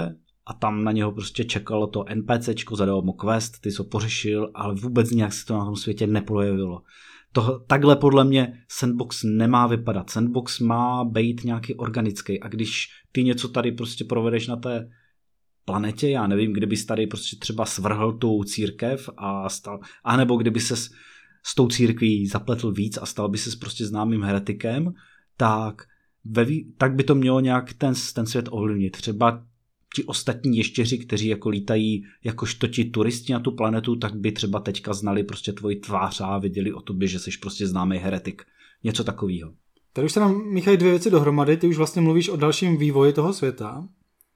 a tam na něho prostě čekalo to NPCčko, zadalo mu quest, ty jsi ho pořešil, ale vůbec nějak se to na tom světě neprojevilo. Takhle podle mě sandbox nemá vypadat. Sandbox má být nějaký organický a když ty něco tady prostě provedeš na té planetě, já nevím, kdybys tady prostě třeba svrhl tu církev anebo kdyby ses s tou církví zapletl víc a stal by ses prostě známým heretikem, tak by to mělo nějak ten svět ovlivnit. Třeba ti ostatní ještěři, kteří jako lítají jakožto ti turisti na tu planetu, tak by třeba teďka znali prostě tvoji tvář a viděli o tobě, že jsi prostě známý heretik. Něco takového. Tady už se nám míchají dvě věci dohromady. Ty už vlastně mluvíš o dalším vývoji toho světa.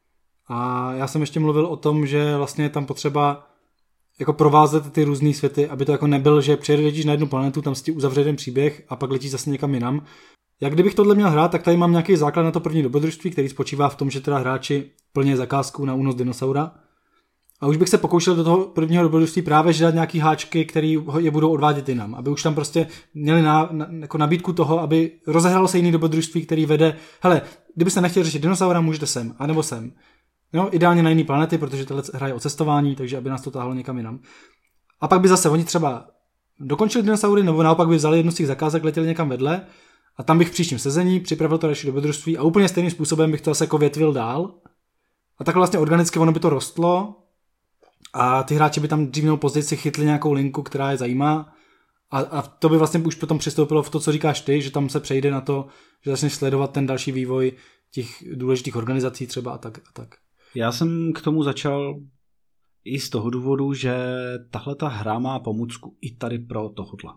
A já jsem ještě mluvil o tom, že vlastně je tam potřeba jako provázet ty různý světy, aby to jako nebyl, že přijedeš na jednu planetu, tam si ti uzavře jeden příběh a pak letíš zase někam jinam. Jak kdybych tohle měl hrát, tak tady mám nějaký základ na to první dobrodružství, který spočívá v tom, že teda hráči plní zakázku na únos dinosaura. A už bych se pokoušel do toho prvního dobrodružství právě dát nějaký háčky, který je budou odvádět jinam. Aby už tam prostě měli jako nabídku toho, aby rozehralo se jiný dobrodružství, který vede, hele, kdybyste nechtěli řešit dinosaura, můžete sem, anebo sem. No, ideálně na jiný planety, protože tohle hraje o cestování, takže aby nás to táhlo někam jinam. A pak by zase oni třeba dokončili dinosaury, nebo naopak by vzali jednu z těch zakázek, letěli někam vedle a tam bych v příštím sezení připravil to další dobrodružství a úplně stejným způsobem bych to zase jako větvil dál. A tak vlastně organicky ono by to rostlo a ty hráči by tam dřív nebo později si chytli nějakou linku, která je zajímá a to by vlastně už potom přistoupilo v to, co říkáš ty, že tam se přejde na to, že začneš sledovat ten další vývoj těch důležitých organizací třeba a tak. Já jsem k tomu začal i z toho důvodu, že tahle ta hra má pomůcku i tady pro tohodla.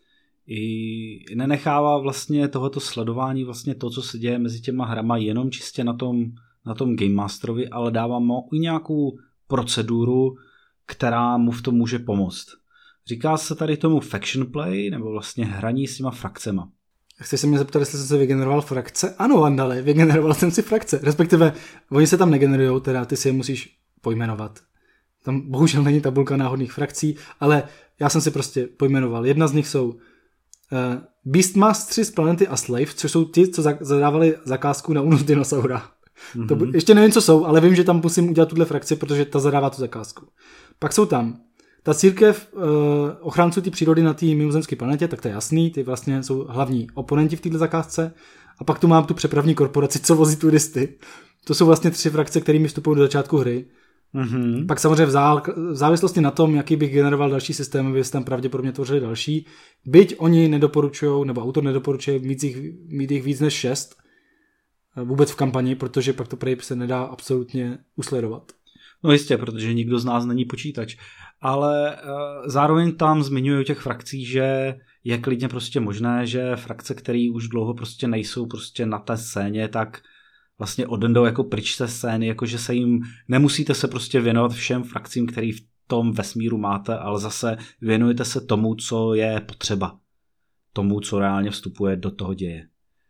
I nenechává vlastně tohoto sledování vlastně to, co se děje mezi těma hrama jenom čistě na tom Game Masterovi, ale dává mu i nějakou proceduru, která mu v tom může pomoct. Říká se tady tomu faction play, nebo vlastně hraní s těma frakcema. Chci se mě zeptat, jestli jsem si vygeneroval frakce? Ano, Vandale, vygeneroval jsem si frakce. Respektive, oni se tam negenerujou, teda ty si je musíš pojmenovat. Tam bohužel není tabulka náhodných frakcí, ale já jsem si prostě pojmenoval. Jedna z nich jsou Beastmastři z planety Aslave, což jsou ti, co zadávali zakázku na únos dinosaura. Mm-hmm. To ještě nevím, co jsou, ale vím, že tam musím udělat tuhle frakci, protože ta zadává tu zakázku. Pak jsou tam ta církev ochránců té přírody na té mimozemské planetě, tak to je jasný, ty vlastně jsou hlavní oponenti v této zakázce. A pak tu mám tu přepravní korporaci, co vozí turisty. To jsou vlastně 3 frakce, kterými vstupují do začátku hry. Mm-hmm. Pak samozřejmě v závislosti na tom, jaký bych generoval další systém, by se tam pravděpodobně tvořili další. Byť oni nedoporučují, nebo autor nedoporučuje mít jich víc než 6 vůbec v kampani, protože pak to prej se nedá absolutně usledovat. No jistě, protože nikdo z nás není počítač. Ale zároveň tam zmiňují těch frakcí, že je klidně prostě možné, že frakce, které už dlouho prostě nejsou prostě na té scéně, tak vlastně odendou jako pryč té scény, jakože se jim nemusíte se prostě věnovat všem frakcím, který v tom vesmíru máte, ale zase věnujete se tomu, co je potřeba. Tomu, co reálně vstupuje do toho děje.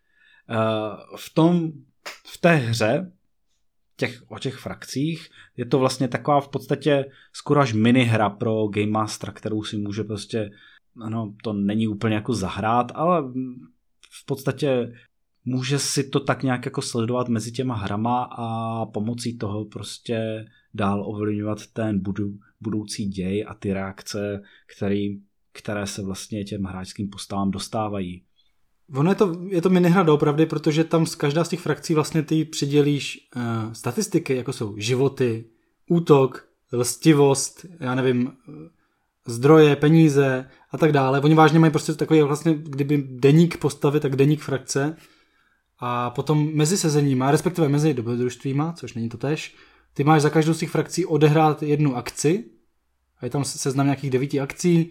V té hře o těch frakcích je to vlastně taková v podstatě skoro až minihra pro Game Mastera, kterou si může prostě, to není úplně jako zahrát, ale v podstatě může si to tak nějak jako sledovat mezi těma hrama a pomocí toho prostě dál ovlivňovat ten budoucí děj a ty reakce, které se vlastně těm hráčským postavám dostávají. Ono je to minihra doopravdy, protože tam z každá z těch frakcí vlastně ty přidělíš statistiky, jako jsou životy, útok, lstivost, já nevím, zdroje, peníze a tak dále. Oni vážně mají prostě takový vlastně, kdyby deník postavy, tak deník frakce a potom mezi sezeníma, respektive mezi dobrodružstvíma, což není to též, ty máš za každou z těch frakcí odehrát jednu akci a je tam seznam nějakých 9 akcí,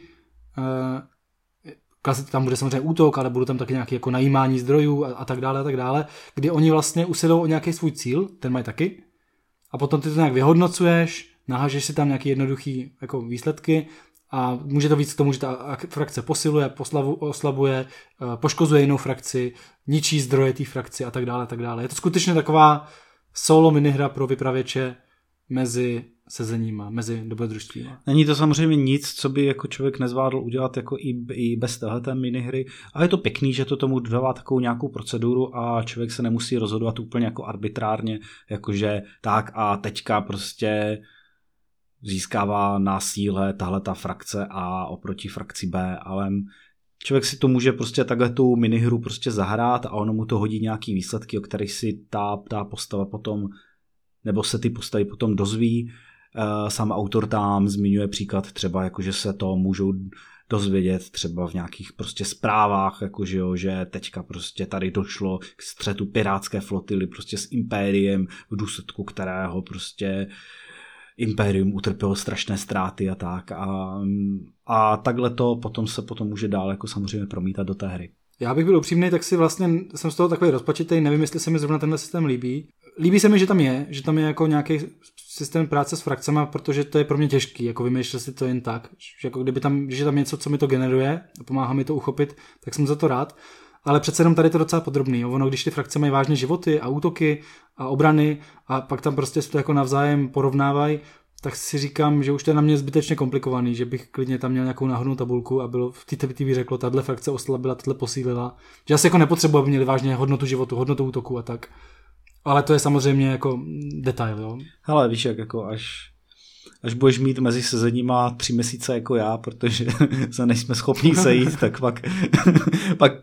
tam bude samozřejmě útok, ale budou tam taky nějaké jako najímání zdrojů a tak dále, kdy oni vlastně usilují o nějaký svůj cíl, ten mají taky, a potom ty to nějak vyhodnocuješ, nahážeš si tam nějaké jednoduché jako výsledky a může to víc k tomu, že ta frakce posiluje, oslabuje, poškozuje jinou frakci, ničí zdroje té frakci a tak dále. Je to skutečně taková solo minihra pro vypravěče mezi sezeníma, mezi dobrodružstvíma. Není to samozřejmě nic, co by jako člověk nezvládl udělat jako i bez téhleté minihry, ale je to pěkný, že to tomu dává takovou nějakou proceduru a člověk se nemusí rozhodovat úplně jako arbitrárně, jakože tak a teďka prostě získává na síle tahleta frakce A oproti frakci B, ale člověk si to může prostě takhle tu minihru prostě zahrát a ono mu to hodí nějaký výsledky, o kterých si ta postava potom, nebo se ty postavy potom dozví. Sám autor tam zmiňuje příklad třeba, jakože se to můžou dozvědět třeba v nějakých prostě zprávách, jakože jo, že teďka prostě tady došlo k střetu pirátské flotily prostě s Impériem, v důsledku kterého prostě Impérium utrpělo strašné ztráty a tak a takhle to potom se může dál jako samozřejmě promítat do té hry. Já bych byl upřímný, tak si vlastně jsem z toho takový rozpačitý, nevím, jestli se mi zrovna tenhle systém líbí. Líbí se mi, že tam je jako nějaký systém práce s frakcema, protože to je pro mě těžký, jako vymýšlet si to jen tak, že jako když je tam něco, co mi to generuje a pomáhá mi to uchopit, tak jsem za to rád. Ale přece jenom tady je to docela podrobný. Jo? Ono, když ty frakce mají vážně životy a útoky a obrany a pak tam prostě to jako navzájem porovnávají, tak si říkám, že už to je na mě zbytečně komplikovaný, že bych klidně tam měl nějakou náhodnou tabulku a bylo v té TV řeklo, tahle frakce oslabila, tahle posílila. Že asi jako nepotřebuji, aby měli vážně hodnotu životu, hodnotu útoku a tak. Ale to je samozřejmě jako detail, jo. Hele, víš, jak jako až budeš mít mezi sezeníma 3 měsíce jako já, protože se nejsme schopni sejít, tak pak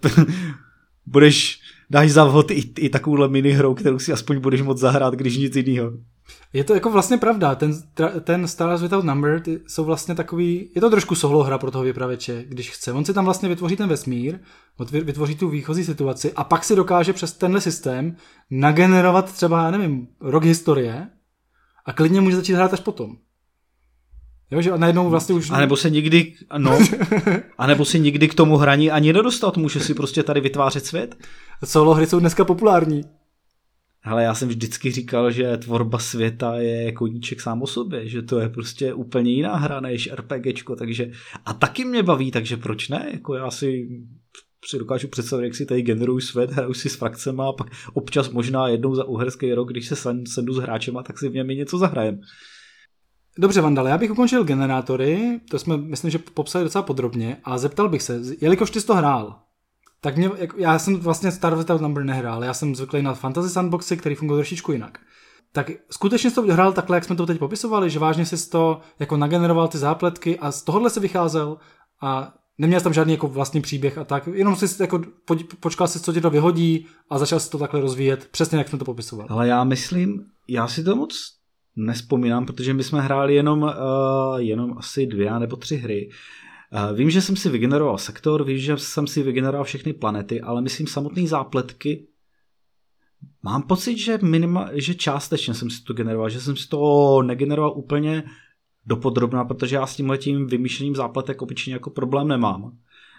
dáš za vhod i takovouhle minihrou, kterou si aspoň budeš moct zahrát, když nic jiného. Je to jako vlastně pravda, ten Stars Without Number jsou vlastně takový, je to trošku solo hra pro toho vypravěče, když chce. On si tam vlastně vytvoří ten vesmír, vytvoří tu výchozí situaci a pak si dokáže přes tenhle systém nagenerovat třeba, já nevím, rok historie a klidně může začít hrát až potom. Jo, že najednou vlastně už... A nebo se nikdy k tomu hraní ani nedostat, může si prostě tady vytvářet svět. Solo hry jsou dneska populární. Hele, já jsem vždycky říkal, že tvorba světa je koníček sám o sobě, že to je prostě úplně jiná hra než RPGčko, takže a taky mě baví, takže proč ne? Jako já si dokážu představit, jak si tady generuju svět, hraju si s frakcema a pak občas možná jednou za uherský rok, když se sednu s hráčema, tak si v něm něco zahrajem. Dobře, Vandale, já bych ukončil generátory, to jsme, myslím, že popsali docela podrobně a zeptal bych se, jelikož ty jsi to hrál, tak já jsem vlastně Star Without Number nehrál, já jsem zvyklý na fantasy sandboxy, který fungují trošičku jinak. Tak skutečně jsi to hrál takhle, jak jsme to teď popisovali, že vážně jsi to jako nageneroval ty zápletky a z tohohle se vycházel a neměl jsi tam žádný jako vlastní příběh a tak, jenom jsi jako počkal si, co ti to vyhodí a začal si to takhle rozvíjet, přesně jak jsme to popisovali. Ale já si to moc nespomínám, protože my jsme hráli jenom asi 2 nebo 3 hry. Vím, že jsem si vygeneroval sektor, vím, že jsem si vygeneroval všechny planety, ale myslím samotné zápletky. Mám pocit, že částečně jsem si to generoval, že jsem si to negeneroval úplně dopodrobna, protože já s tímhletím vymýšlením zápletek obyčejně jako problém nemám.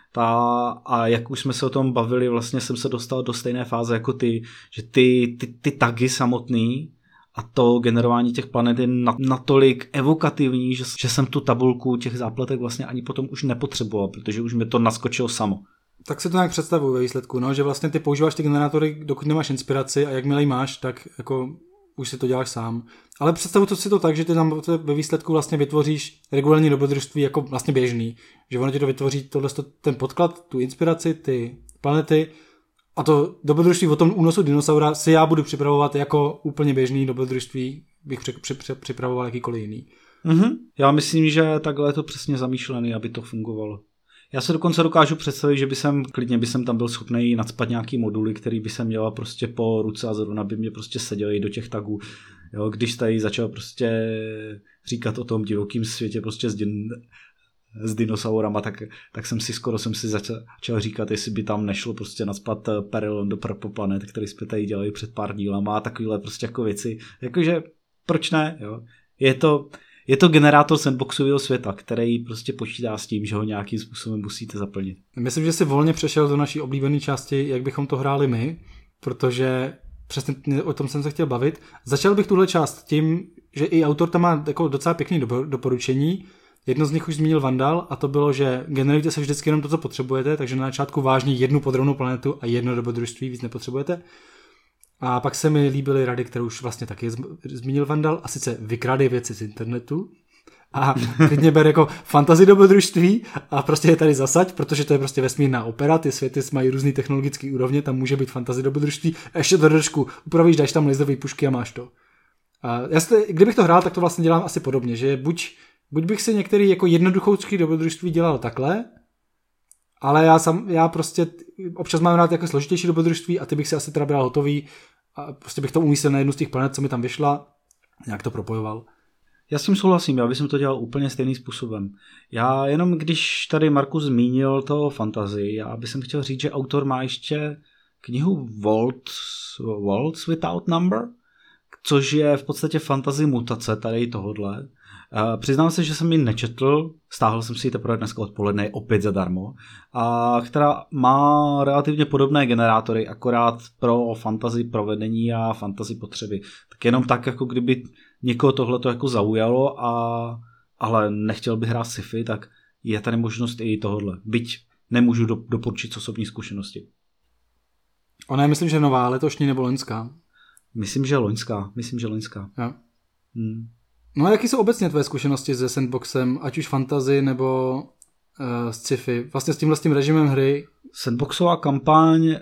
A jak už jsme se o tom bavili, vlastně jsem se dostal do stejné fáze jako ty, že ty tagy samotný a to generování těch planet je natolik evokativní, že jsem tu tabulku těch zápletek vlastně ani potom už nepotřeboval, protože už mi to naskočilo samo. Tak se to nějak představuji ve výsledku, no, že vlastně ty používáš ty generátory, dokud nemáš inspiraci a jakmile ji máš, tak jako už si to děláš sám. Ale představuji si to tak, že ty tam ve výsledku vlastně vytvoříš regulární dobrodružství jako vlastně běžný, že ono ti to vytvoří ten podklad, tu inspiraci, ty planety. A to dobrodružství o tom únosu dinosaura si já budu připravovat jako úplně běžný dobrodružství, bych připravoval jakýkoliv jiný. Mm-hmm. Já myslím, že takhle je to přesně zamýšlený, aby to fungovalo. Já se dokonce dokážu představit, že klidně by jsem tam byl schopný nacpat nějaký moduly, který by se měla prostě po ruce a zrovna by mě prostě seděli do těch tagů. Jo, když tady začal prostě říkat o tom divokým světě prostě s dinosaurama, tak jsem si začal říkat, jestli by tam nešlo prostě nacpat Perilon do Purple Planet, který jsme tady dělali před pár dílama a takovýhle prostě jako věci. Jakože proč ne, jo? Je to generátor sandboxového světa, který prostě počítá s tím, že ho nějakým způsobem musíte zaplnit. Myslím, že si volně přešel do naší oblíbené části, jak bychom to hráli my, protože přesně o tom jsem se chtěl bavit. Začal bych tuhle část tím, že i autor tam má jako docela pěkný doporučení. Jedno z nich už zmínil Vandal a to bylo, že generujte se vždycky jenom to, co potřebujete, takže na začátku vážně jednu podrobnou planetu a jedno dobrodružství, víc nepotřebujete. A pak se mi líbily rady, které už vlastně taky zmínil Vandal, a sice vykrádej věci z internetu a klidně ber jako fantasy dobrodružství a prostě je tady zasaď, protože to je prostě vesmírná opera, ty světy mají různý technologický úrovně, tam může být fantasy dobrodružství a ještě to trošku upravíš, dáš tam laserové pušky a máš to. A kdybych to hrál, tak to vlastně dělám asi podobně, že buď bych si některý jako jednoduchoučký dobrodružství dělal takhle, ale já prostě občas mám rád jako složitější dobrodružství a ty bych si asi teda bral hotový a prostě bych to umístil na jednu z těch planet, co mi tam vyšla, nějak to propojoval. Já s tím souhlasím, já bych to dělal úplně stejným způsobem. Já jenom, když tady Markus zmínil to fantasy, já bych chtěl říct, že autor má ještě knihu Worlds Without Number, což je v podstatě fantasy mutace tady tohodle. Přiznám se, že jsem ji nečetl, stáhl jsem si ji teprve dneska odpoledne, opět zadarmo, a která má relativně podobné generátory, akorát pro fantasy provedení a fantasy potřeby. Tak jenom tak, jako kdyby někoho tohleto jako zaujalo, ale nechtěl by hrát sci-fi, tak je tady možnost i tohodle. Byť nemůžu doporučit osobní zkušenosti. Ona je, myslím, že nová, letošní nebo loňská. Myslím, že loňská. Ja. No a jaký jsou obecně tvoje zkušenosti se sandboxem, ať už fantasy nebo sci-fi? Vlastně s tímhle s tím režimem hry? Sandboxová kampaň,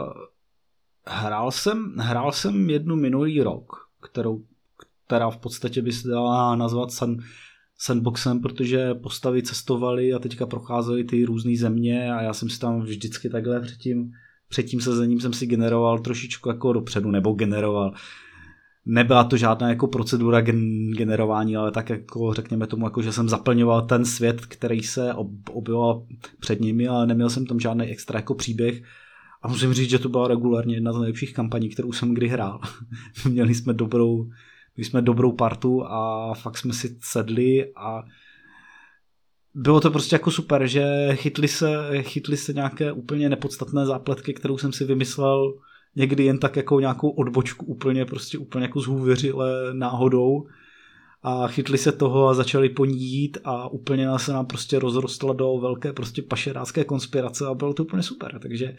hrál jsem jednu minulý rok, která v podstatě by se dala nazvat sandboxem, protože postavy cestovaly a teďka procházely ty různé země a já jsem si tam vždycky takhle před tím sezením jsem si generoval trošičku jako dopředu, nebo generoval. Nebyla to žádná jako procedura generování, ale tak jako řekněme tomu, jako že jsem zaplňoval ten svět, který se objevil před nimi, ale neměl jsem tam žádný extra jako příběh. A musím říct, že to byla regulárně jedna z nejlepších kampaní, kterou jsem kdy hrál. Měli jsme dobrou partu a fakt jsme si sedli a bylo to prostě jako super, že chytli se nějaké úplně nepodstatné zápletky, kterou jsem si vymyslel někdy jen tak jako nějakou odbočku úplně jako zhůvěřile náhodou a chytli se toho a začali po ní jít a úplně se nám prostě rozrostla do velké prostě pašerácké konspirace a bylo to úplně super,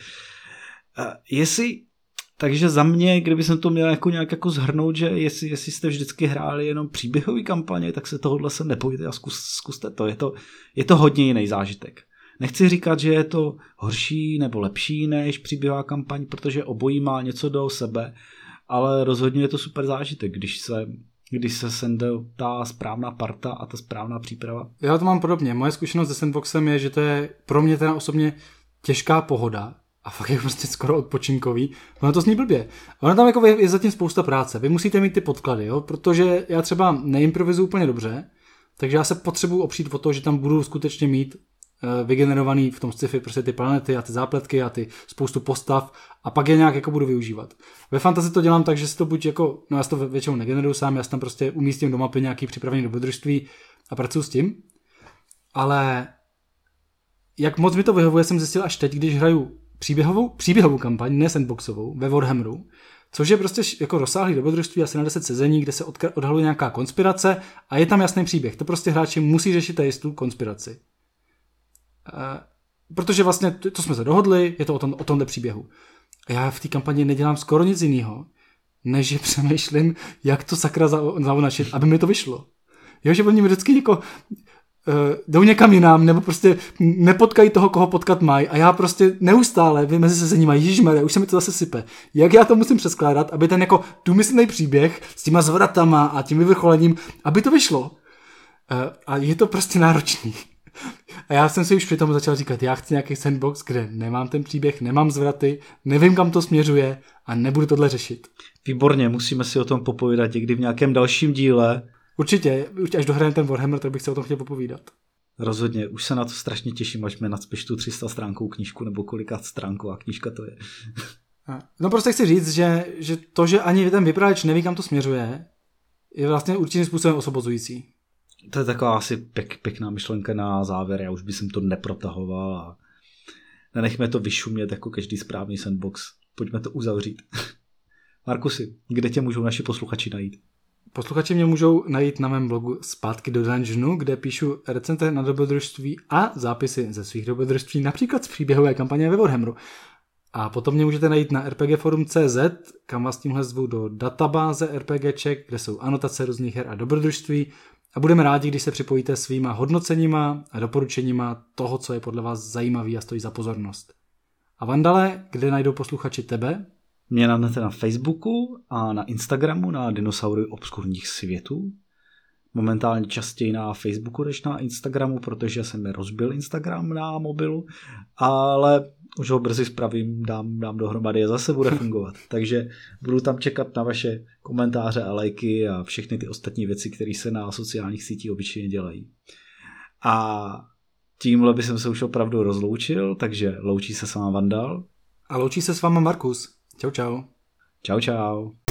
takže za mě, kdyby jsem to měl jako nějak jako zhrnout, že jestli jste vždycky hráli jenom příběhový kampaně, tak se tohohle se nebojte a zkuste to. Je to hodně jiný zážitek. Nechci říkat, že je to horší nebo lepší než příběhová kampaň, protože obojí má něco do sebe, ale rozhodně je to super zážitek, když se sende ta správná parta a ta správná příprava. Já to mám podobně. Moje zkušenost se sandboxem je, že to je pro mě teda osobně těžká pohoda a fakt je prostě skoro odpočinkový. Ono to zní blbě. Ono tam jako je zatím spousta práce. Vy musíte mít ty podklady, jo? Protože já třeba neimprovizuju úplně dobře, takže já se potřebuji opřít o to, že tam budu skutečně mít vygenerovaný v tom sci-fi prostě ty planety a ty zápletky a ty spoustu postav a pak je nějak jako budu využívat. Ve fantasy to dělám tak, že si to buď jako, no já si to většinou negeneruju sám, já si tam prostě umístím do mapy nějaký připravený dobrodružství a pracuji s tím, ale jak moc mi to vyhovuje, jsem zjistil až teď, když hraju příběhovou kampaň, ne sandboxovou, ve Warhammeru, což je prostě jako rozsáhlý dobrodružství asi na 10 sezení, kde se odhaluje nějaká konspirace a je tam jasný příběh. To prostě hráči musí řešit tu konspiraci. Protože vlastně to jsme se dohodli, je to o tomhle příběhu. A já v té kampani nedělám skoro nic jiného, než že přemýšlím, jak to sakra zaunačit, aby mi to vyšlo. Jo, že oni mi vždycky jako jdou někam jinam, nebo prostě nepotkají toho, koho potkat mají a já prostě neustále mezi sezeníma, ježišmarja, už se mi to zase sype. Jak já to musím přeskládat, aby ten jako důmyslný příběh s těma zvratama a tím vyvrcholením, aby to vyšlo. A je to prostě náročný. A já jsem si už při tom začal říkat, já chci nějaký sandbox, kde nemám ten příběh, nemám zvraty, nevím, kam to směřuje a nebudu tohle řešit. Výborně, musíme si o tom popovídat někdy v nějakém dalším díle. Určitě, až dohrajeme ten Warhammer, tak bych se o tom chtěl popovídat. Rozhodně, už se na to strašně těším, až mi nacpeš tu 300 stránkovou knížku, nebo kolikát stránková knížka to je. No prostě chci říct, že to, že ani ten vypravěč neví, kam to směřuje, je vlastně určitým způsobem osobozující. To je taková asi pěkná myšlenka na závěr, já už bych to neprotahoval a nenechme to vyšumět jako každý správný sandbox. Pojďme to uzavřít. Markusi, kde tě můžou naši posluchači najít? Posluchači mě můžou najít na mém blogu Zpátky do dungeonu, kde píšu recenze na dobrodružství a zápisy ze svých dobrodružství, například z příběhové kampaně ve Warhammeru. A potom mě můžete najít na rpgforum.cz, kam vás tímhle zvu do databáze RPGček, kde jsou anotace různých her a dobrodružství. A budeme rádi, když se připojíte svýma hodnoceníma a doporučeníma toho, co je podle vás zajímavý a stojí za pozornost. A Vandale, kde najdou posluchači tebe? Mě najdete na Facebooku a na Instagramu na Dinosaury obskurních světů. Momentálně častěji na Facebooku než na Instagramu, protože jsem mi rozbil Instagram na mobilu, ale už ho brzy spravím, dám dohromady a zase bude fungovat. Takže budu tam čekat na vaše komentáře a lajky a všechny ty ostatní věci, které se na sociálních sítích obyčejně dělají. A tímhle bych se už opravdu rozloučil, takže loučí se s váma Vandal. A loučí se s váma Markus. Čau, čau. Čau, čau.